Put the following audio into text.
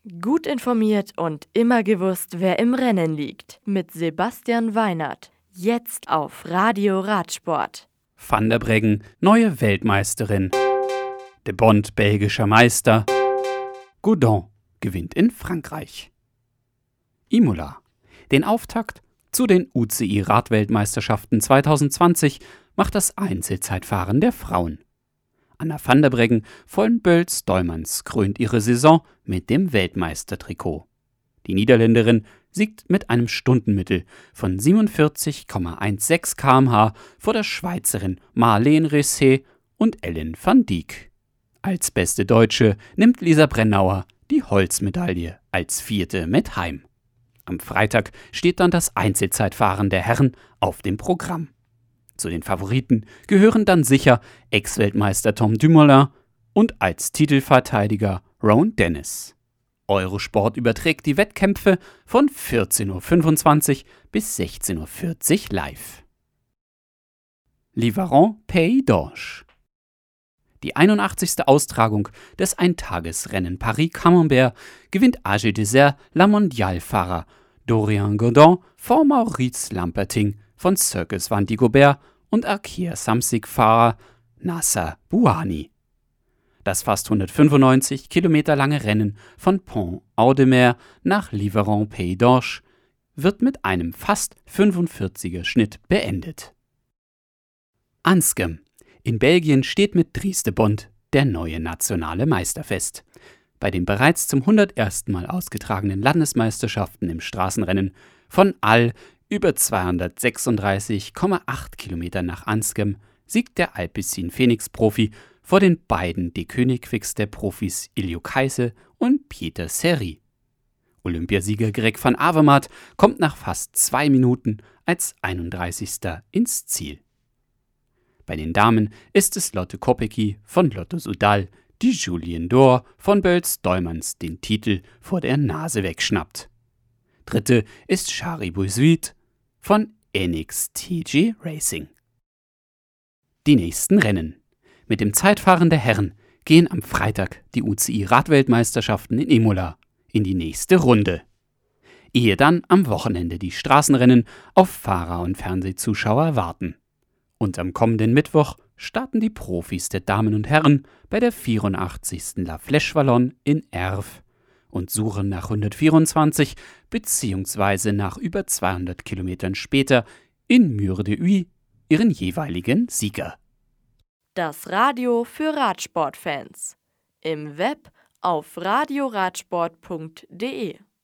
Gut informiert und immer gewusst, wer im Rennen liegt. Mit Sebastian Weinert. Jetzt auf Radio Radsport. Van der Breggen, neue Weltmeisterin. De Bond, belgischer Meister. Godin gewinnt in Frankreich. Imola. Den Auftakt zu den UCI-Radweltmeisterschaften 2020 macht das Einzelzeitfahren der Frauen. Anna van der Breggen von Bölz-Doijmans krönt ihre Saison mit dem Weltmeistertrikot. Die Niederländerin siegt mit einem Stundenmittel von 47,16 km/h vor der Schweizerin Marleen Reusset und Ellen van Dijk. Als beste Deutsche nimmt Lisa Brennauer die Holzmedaille als Vierte mit heim. Am Freitag steht dann das Einzelzeitfahren der Herren auf dem Programm. Zu den Favoriten gehören dann sicher Ex-Weltmeister Tom Dumoulin und als Titelverteidiger Rowan Dennis. Eurosport überträgt die Wettkämpfe von 14.25 Uhr bis 16.40 Uhr live. Livarent Pays d'Orge. Die 81. Austragung des Eintagesrennen Paris-Camembert gewinnt AG Dessert La Mondial-Fahrer Dorian Godin vor Maurice Lamperting von Circus Van Dagobert und Arkea Samsic-Fahrer Nasser Bouhanni. Das fast 195 Kilometer lange Rennen von Pont-Audemer nach Livarent Pays d'Orge wird mit einem fast 45er Schnitt beendet. Anscombe. In Belgien steht mit Dries de Bont der neue nationale Meister fest. Bei den bereits zum 101. Mal ausgetragenen Landesmeisterschaften im Straßenrennen von All über 236,8 Kilometer nach Anscombe siegt der Alpecin Phoenix-Profi vor den beiden De Koning-Quickstep-Profis Iljo Keijse und Pieter Serry. Olympiasieger Greg van Avermaet kommt nach fast 2 Minuten als 31. ins Ziel. Bei den Damen ist es Lotte Kopecky von Lotto Soudal, die Julien D'Or von Bölz-Doijmans den Titel vor der Nase wegschnappt. Dritte ist Shari Bouzuid von NXTG Racing. Die nächsten Rennen. Mit dem Zeitfahren der Herren gehen am Freitag die UCI-Radweltmeisterschaften in Imola in die nächste Runde. Ehe dann am Wochenende die Straßenrennen auf Fahrer und Fernsehzuschauer warten. Und am kommenden Mittwoch starten die Profis der Damen und Herren bei der 84. La Flèche Wallonne in Erf und suchen nach 124 bzw. nach über 200 Kilometern später in Mur de Huy ihren jeweiligen Sieger. Das Radio für Radsportfans. Im Web auf radioradsport.de